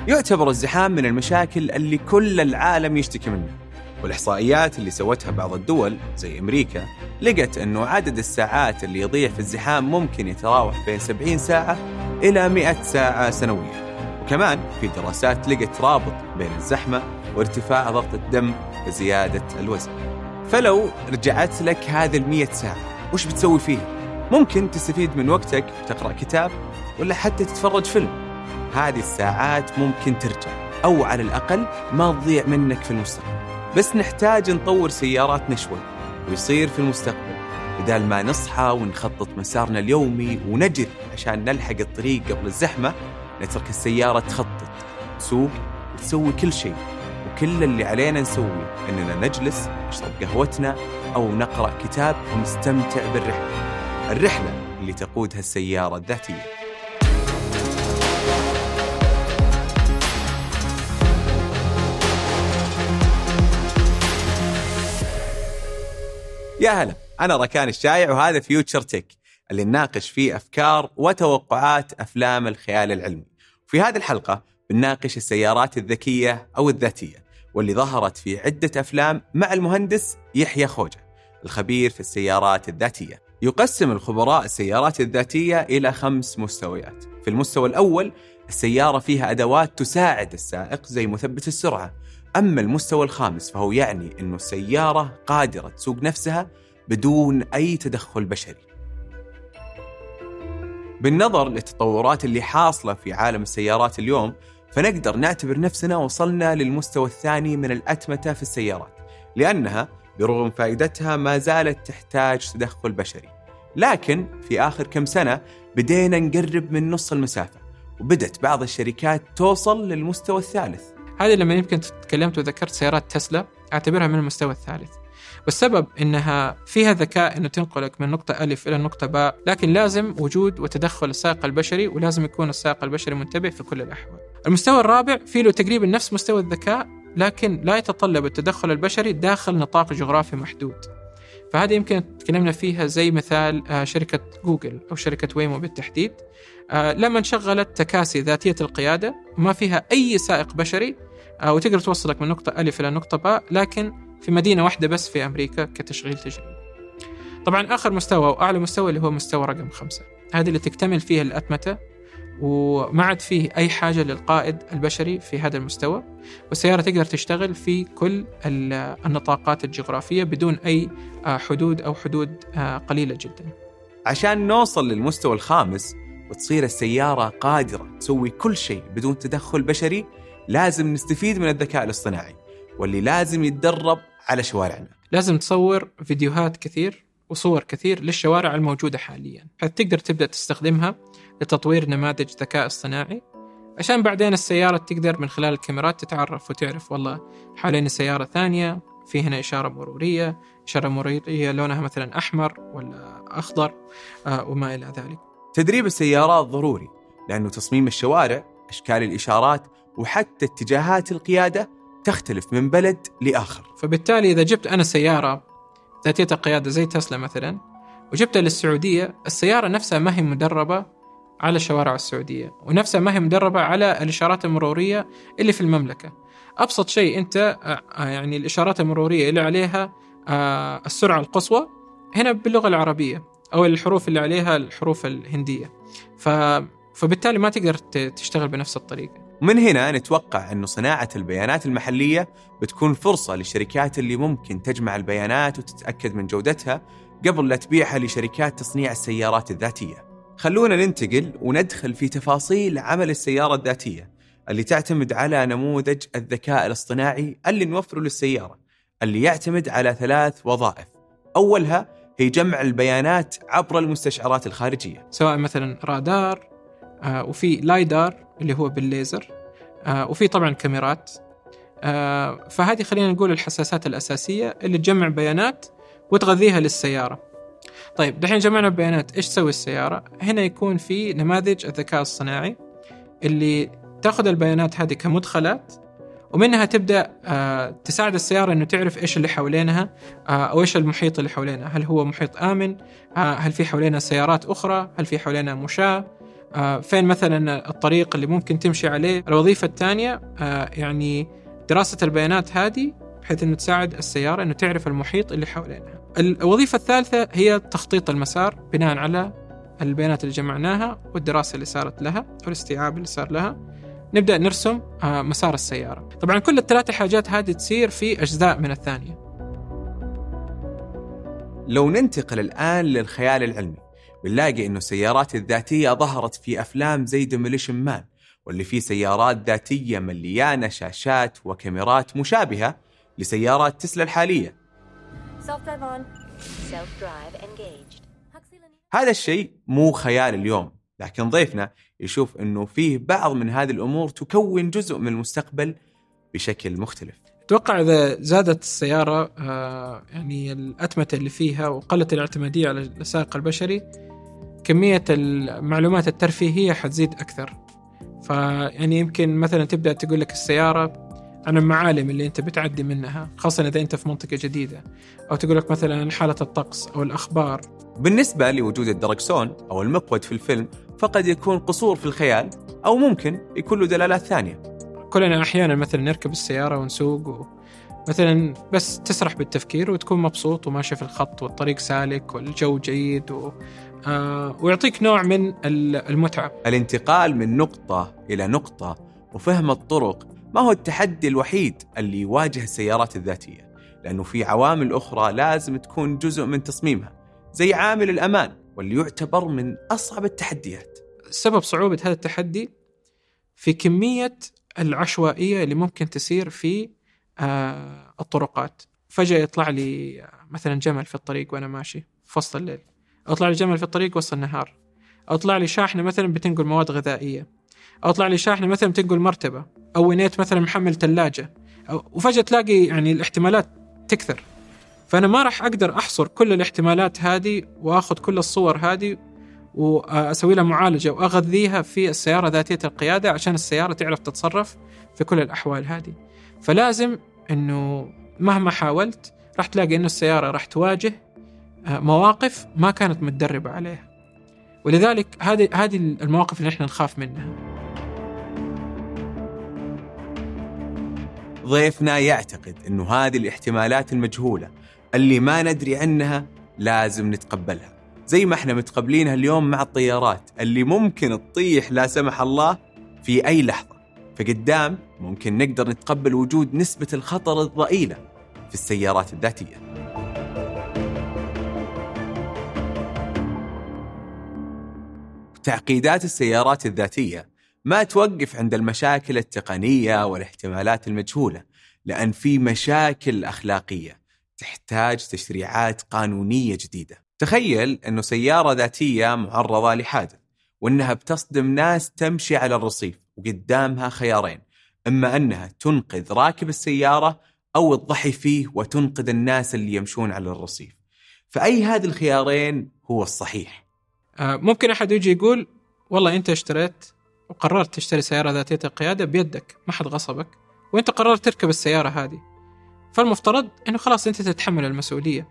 يعتبر الزحام من المشاكل اللي كل العالم يشتكي منها، والإحصائيات اللي سوتها بعض الدول زي أمريكا لقت أنه عدد الساعات اللي يضيع في الزحام ممكن يتراوح بين 70 ساعة إلى 100 ساعة سنويا. وكمان في دراسات لقت رابط بين الزحمة وارتفاع ضغط الدم وزيادة الوزن. فلو رجعت لك هذه 100 ساعة وش بتسوي فيها؟ ممكن تستفيد من وقتك تقرأ كتاب ولا حتى تتفرج فيلم. هذه الساعات ممكن ترجع أو على الأقل ما تضيع منك في المستقبل، بس نحتاج نطور سياراتنا شوي ويصير في المستقبل بدال ما نصحى ونخطط مسارنا اليومي ونجري عشان نلحق الطريق قبل الزحمة، نترك السيارة تخطط، تسوق وتسوي كل شيء، وكل اللي علينا نسويه إننا نجلس نشرب قهوتنا أو نقرأ كتاب ونستمتع الرحلة اللي تقودها السيارة الذاتية. يا هلا، أنا ركان الشايع وهذا فيوتشر تك اللي نناقش فيه أفكار وتوقعات أفلام الخيال العلمي. في هذه الحلقة بنناقش السيارات الذكية أو الذاتية، واللي ظهرت في عدة أفلام مع المهندس يحيى خوجة الخبير في السيارات الذاتية. يقسم الخبراء السيارات الذاتية إلى 5 مستويات. في المستوى الأول السيارة فيها أدوات تساعد السائق زي مثبت السرعة. أما المستوى الخامس فهو يعني أنه السيارة قادرة تسوق نفسها بدون أي تدخل بشري. بالنظر للتطورات اللي حاصلة في عالم السيارات اليوم، فنقدر نعتبر نفسنا وصلنا للمستوى الثاني من الأتمتة في السيارات، لأنها برغم فائدتها ما زالت تحتاج تدخل بشري. لكن في آخر كم سنة بدينا نقرب من نص المسافة، وبدت بعض الشركات توصل للمستوى الثالث. هذه لما يمكن تكلمت وذكرت سيارات تسلا أعتبرها من المستوى الثالث، والسبب إنها فيها ذكاء إنه تنقلك من نقطة ألف إلى نقطة باء، لكن لازم وجود وتدخل السائق البشري، ولازم يكون السائق البشري منتبه في كل الأحوال. المستوى الرابع فيه له تقريبا نفس مستوى الذكاء، لكن لا يتطلب التدخل البشري داخل نطاق جغرافي محدود. فهذه يمكن تكلمنا فيها زي مثال شركة جوجل أو شركة ويمو بالتحديد، لما شغلت تكاسي ذاتية القيادة ما فيها أي سائق بشري، وتقدر توصلك من نقطة ألف إلى نقطة باء، لكن في مدينة واحدة بس في أمريكا كتشغيل تجريبي. طبعا آخر مستوى وأعلى مستوى اللي هو مستوى رقم 5، هذه اللي تكتمل فيها الأتمتة وما عاد فيه أي حاجة للقائد البشري في هذا المستوى، والسيارة تقدر تشتغل في كل النطاقات الجغرافية بدون أي حدود أو حدود قليلة جدا. عشان نوصل للمستوى الخامس وتصير السيارة قادرة تسوي كل شيء بدون تدخل بشري، لازم نستفيد من الذكاء الاصطناعي، واللي لازم يتدرب على شوارعنا. لازم تصور فيديوهات كثير وصور كثير للشوارع الموجودة حاليا، حتى تقدر تبدأ تستخدمها لتطوير نماذج ذكاء اصطناعي، عشان بعدين السيارة تقدر من خلال الكاميرات تتعرف وتعرف والله حالين السيارة ثانية، في هنا إشارة مرورية لونها مثلا أحمر ولا أخضر وما إلى ذلك. تدريب السيارات ضروري، لأنه تصميم الشوارع، أشكال الإشارات وحتى اتجاهات القيادة تختلف من بلد لآخر. فبالتالي إذا جبت أنا سيارة ذاتية القيادة زي تسلا مثلا وجبتها للسعودية، السيارة نفسها ما هي مدربة على شوارع السعودية، ونفسها ما هي مدربة على الإشارات المرورية اللي في المملكة. أبسط شيء أنت يعني الإشارات المرورية اللي عليها السرعة القصوى هنا باللغة العربية، أو الحروف اللي عليها الحروف الهندية، فبالتالي ما تقدر تشتغل بنفس الطريقة. ومن هنا نتوقع أن صناعة البيانات المحلية بتكون فرصة للشركات اللي ممكن تجمع البيانات وتتأكد من جودتها قبل لا تبيعها لشركات تصنيع السيارات الذاتية. خلونا ننتقل وندخل في تفاصيل عمل السيارة الذاتية اللي تعتمد على نموذج الذكاء الاصطناعي اللي نوفره للسيارة، اللي يعتمد على 3 وظائف. أولها هي جمع البيانات عبر المستشعرات الخارجية، سواء مثلا رادار، وفي لايدار اللي هو بالليزر، وفي طبعا كاميرات. فهذه خلينا نقول الحساسات الأساسية اللي تجمع بيانات وتغذيها للسيارة. طيب دحين جمعنا بيانات، إيش تسوي السيارة؟ هنا يكون في نماذج الذكاء الصناعي اللي تأخذ البيانات هذه كمدخلات، ومنها تبدأ تساعد السيارة إنه تعرف إيش اللي حوالينها، أو إيش المحيط اللي حوالينها، هل هو محيط آمن، هل في حوالينا سيارات أخرى، هل في حوالينا مشاة، فين مثلا الطريق اللي ممكن تمشي عليه. الوظيفة الثانية يعني دراسة البيانات هذه بحيث أنه تساعد السيارة أنه تعرف المحيط اللي حوالينها. الوظيفة الثالثة هي تخطيط المسار بناء على البيانات اللي جمعناها والدراسة اللي صارت لها والاستيعاب اللي صار لها. نبدأ نرسم مسار السيارة. طبعا كل الثلاثة حاجات هذه تصير في أجزاء من الثانية. لو ننتقل الآن للخيال العلمي، بنلاقي إنه السيارات الذاتية ظهرت في أفلام زي ديموليشن مان، واللي فيه سيارات ذاتية مليانة شاشات وكاميرات مشابهة لسيارات تسلا الحالية. هذا الشيء مو خيال اليوم، لكن ضيفنا يشوف إنه فيه بعض من هذه الأمور تكون جزء من المستقبل بشكل مختلف. أتوقع إذا زادت السيارة يعني الأتمتة اللي فيها وقلت الاعتمادية على السائق البشري، كمية المعلومات الترفيهية حتزيد أكثر. فيعني يمكن مثلا تبدأ تقول لك السيارة عن المعالم اللي أنت بتعدي منها، خاصة إذا أنت في منطقة جديدة، أو تقول لك مثلا حالة الطقس أو الأخبار. بالنسبة لوجود الدركسون أو المقود في الفيلم، فقد يكون قصور في الخيال، أو ممكن يكون له دلالات ثانية. كلنا أحيانا مثلا نركب السيارة ونسوق مثلا بس تسرح بالتفكير وتكون مبسوط وماشي في الخط والطريق سالك والجو جيد ويعطيك نوع من المتعة. الانتقال من نقطة إلى نقطة وفهم الطرق ما هو التحدي الوحيد اللي يواجه السيارات الذاتية، لأنه في عوامل أخرى لازم تكون جزء من تصميمها، زي عامل الأمان، واللي يعتبر من أصعب التحديات. سبب صعوبة هذا التحدي في كمية العشوائية اللي ممكن تصير في الطرقات. فجأة يطلع لي مثلا جمل في الطريق وأنا ماشي في وسط الليل، أو يطلع لي جمل في الطريق وسط النهار، أو يطلع لي شاحنة مثلا بتنقل مواد غذائية، أو يطلع لي شاحنة مثلا بتنقل مرتبة، أو وينيت مثلا محمل ثلاجة، وفجأة تلاقي يعني الاحتمالات تكثر. فأنا ما راح أقدر أحصر كل الاحتمالات هذه وأخذ كل الصور هذه وأسوي لها معالجة وأغذيها في السيارة ذاتية القيادة عشان السيارة تعرف تتصرف في كل الأحوال هذه. فلازم أنه مهما حاولت راح تلاقي أنه السيارة راح تواجه مواقف ما كانت متدربة عليها، ولذلك هذه المواقف اللي نحن نخاف منها. ضيفنا يعتقد أنه هذه الاحتمالات المجهولة اللي ما ندري عنها لازم نتقبلها، زي ما احنا متقبلينها اليوم مع الطيارات اللي ممكن تطيح لا سمح الله في أي لحظة. فقدام ممكن نقدر نتقبل وجود نسبة الخطر الضئيلة في السيارات الذاتية. تعقيدات السيارات الذاتية ما توقف عند المشاكل التقنية والاحتمالات المجهولة، لأن في مشاكل أخلاقية تحتاج تشريعات قانونية جديدة. تخيل أنه سيارة ذاتية معرضة لحادث وأنها بتصدم ناس تمشي على الرصيف، وقدامها خيارين: إما أنها تنقذ راكب السيارة أو تضحي فيه وتنقذ الناس اللي يمشون على الرصيف. فأي هذه الخيارين هو الصحيح؟ ممكن أحد يجي يقول والله أنت اشتريت وقررت تشتري سيارة ذاتية القيادة بيدك، ما حد غصبك، وأنت قررت تركب السيارة هذه، فالمفترض أنه خلاص أنت تتحمل المسؤولية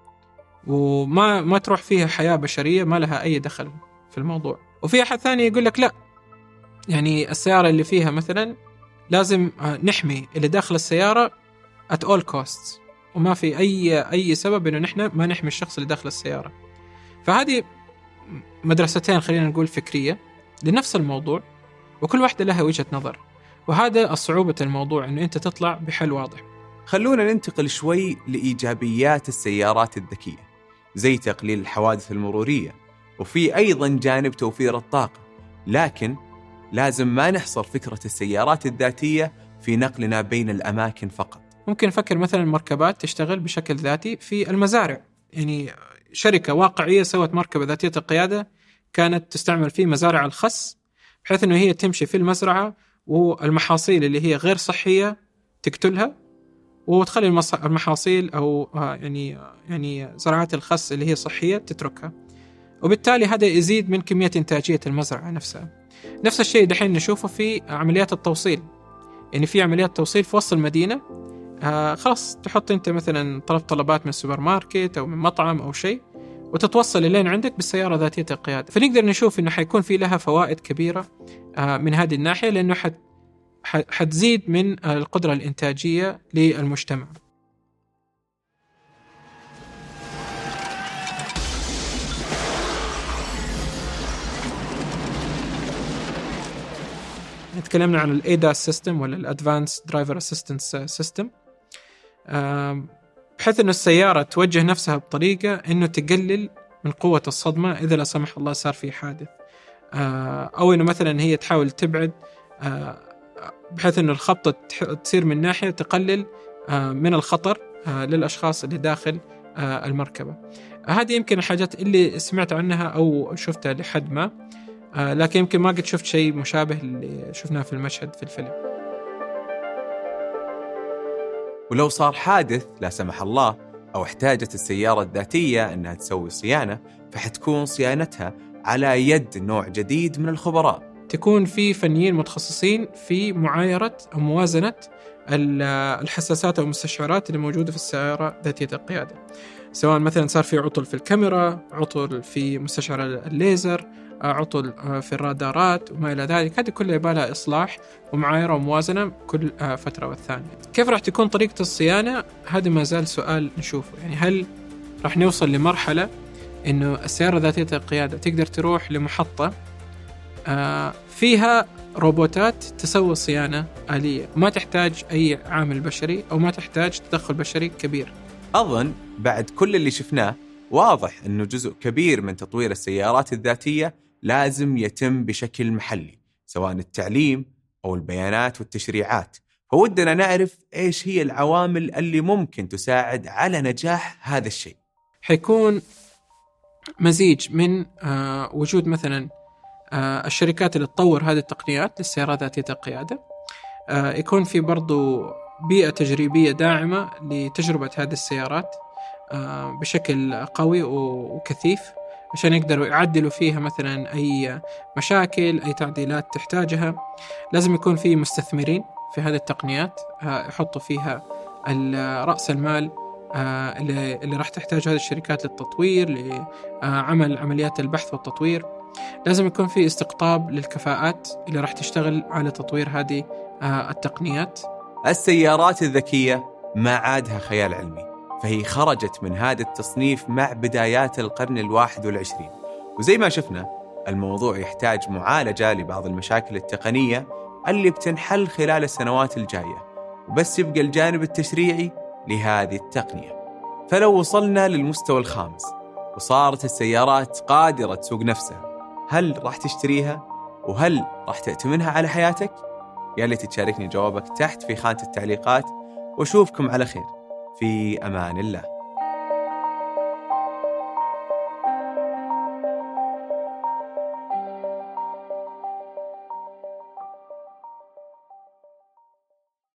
وما تروح فيها حياة بشرية ما لها أي دخل في الموضوع. وفي أحد ثاني يقول لك لا، يعني السيارة اللي فيها مثلا لازم نحمي اللي داخل السيارة at all costs، وما في أي سبب إنه نحن ما نحمي الشخص اللي داخل السيارة. فهذه مدرستين خلينا نقول فكرية لنفس الموضوع، وكل واحدة لها وجهة نظر، وهذا الصعوبة الموضوع إنه أنت تطلع بحل واضح. خلونا ننتقل شوي لإيجابيات السيارات الذكية، زي تقليل الحوادث المرورية، وفي أيضا جانب توفير الطاقة. لكن لازم ما نحصر فكرة السيارات الذاتية في نقلنا بين الأماكن فقط. ممكن نفكر مثلا مركبات تشتغل بشكل ذاتي في المزارع، يعني شركة واقعية سوت مركبة ذاتية القيادة كانت تستعمل في مزارع الخس، بحيث أنه هي تمشي في المزرعة والمحاصيل اللي هي غير صحية تقتلها، وتخلي المحاصيل أو يعني زراعات الخس اللي هي صحية تتركها، وبالتالي هذا يزيد من كمية إنتاجية المزرعة نفسها. نفس الشيء دحين نشوفه في عمليات التوصيل، يعني في عمليات توصيل في وسط المدينة، خلاص تحط أنت مثلا طلبات من السوبر ماركت أو من مطعم أو شيء، وتتوصل لين عندك بالسيارة ذاتية القيادة. فنقدر نشوف إنه حيكون في لها فوائد كبيرة من هذه الناحية، لأنه حتزيد من القدرة الإنتاجية للمجتمع. تكلمنا عن ال ADAS System ولا ال Advanced Driver Assistance System، بحيث إنه السيارة توجه نفسها بطريقة إنه تقلل من قوة الصدمة إذا لا سمح الله صار في حادث، أو إنه مثلا هي تحاول تبعد بحيث إنه الخبطة تصير من ناحية تقلل من الخطر للأشخاص اللي داخل المركبة. هذه يمكن الحاجات اللي سمعت عنها أو شفتها لحد ما، لكن يمكن ما قد شفت شيء مشابه اللي شفناه في المشهد في الفيلم. ولو صار حادث لا سمح الله أو احتاجت السيارة الذاتية أنها تسوي صيانة، فحتكون صيانتها على يد نوع جديد من الخبراء. تكون في فنيين متخصصين في معايرة أو موازنة الحساسات أو المستشعرات اللي موجودة في السيارة ذاتية القيادة، سواء مثلا صار في عطل في الكاميرا، عطل في مستشعر الليزر، عطل في الرادارات وما إلى ذلك. هذه كلها يبالها إصلاح ومعايرة وموازنة كل فترة والثانية. كيف راح تكون طريقة الصيانة؟ هذا ما زال سؤال نشوفه. يعني هل راح نوصل لمرحلة إنه السيارة ذاتية القيادة تقدر تروح لمحطة فيها روبوتات تسوي صيانة آلية وما تحتاج أي عامل بشري أو ما تحتاج تدخل بشري كبير؟ أظن بعد كل اللي شفناه واضح أنه جزء كبير من تطوير السيارات الذاتية لازم يتم بشكل محلي، سواء التعليم أو البيانات والتشريعات. فودنا نعرف إيش هي العوامل اللي ممكن تساعد على نجاح هذا الشيء. حيكون مزيج من وجود مثلا الشركات اللي تطور هذه التقنيات للسيارات ذاتية القيادة، يكون في برضو بيئة تجريبية داعمة لتجربة هذه السيارات بشكل قوي وكثيف، عشان يقدروا يعدلوا فيها مثلا أي مشاكل، أي تعديلات تحتاجها. لازم يكون في مستثمرين في هذه التقنيات يحطوا فيها رأس المال اللي راح تحتاج هذه الشركات للتطوير، لعمل عمليات البحث والتطوير. لازم يكون في استقطاب للكفاءات اللي راح تشتغل على تطوير هذه التقنيات. السيارات الذكية ما عادها خيال علمي، فهي خرجت من هذا التصنيف مع بدايات القرن 21. وزي ما شفنا الموضوع يحتاج معالجة لبعض المشاكل التقنية اللي بتنحل خلال السنوات الجاية، وبس يبقى الجانب التشريعي لهذه التقنية. فلو وصلنا للمستوى الخامس وصارت السيارات قادرة تسوق نفسها، هل راح تشتريها؟ وهل راح تأتمنها على حياتك؟ يا ليت تشاركني جوابك تحت في خانة التعليقات، واشوفكم على خير في أمان الله.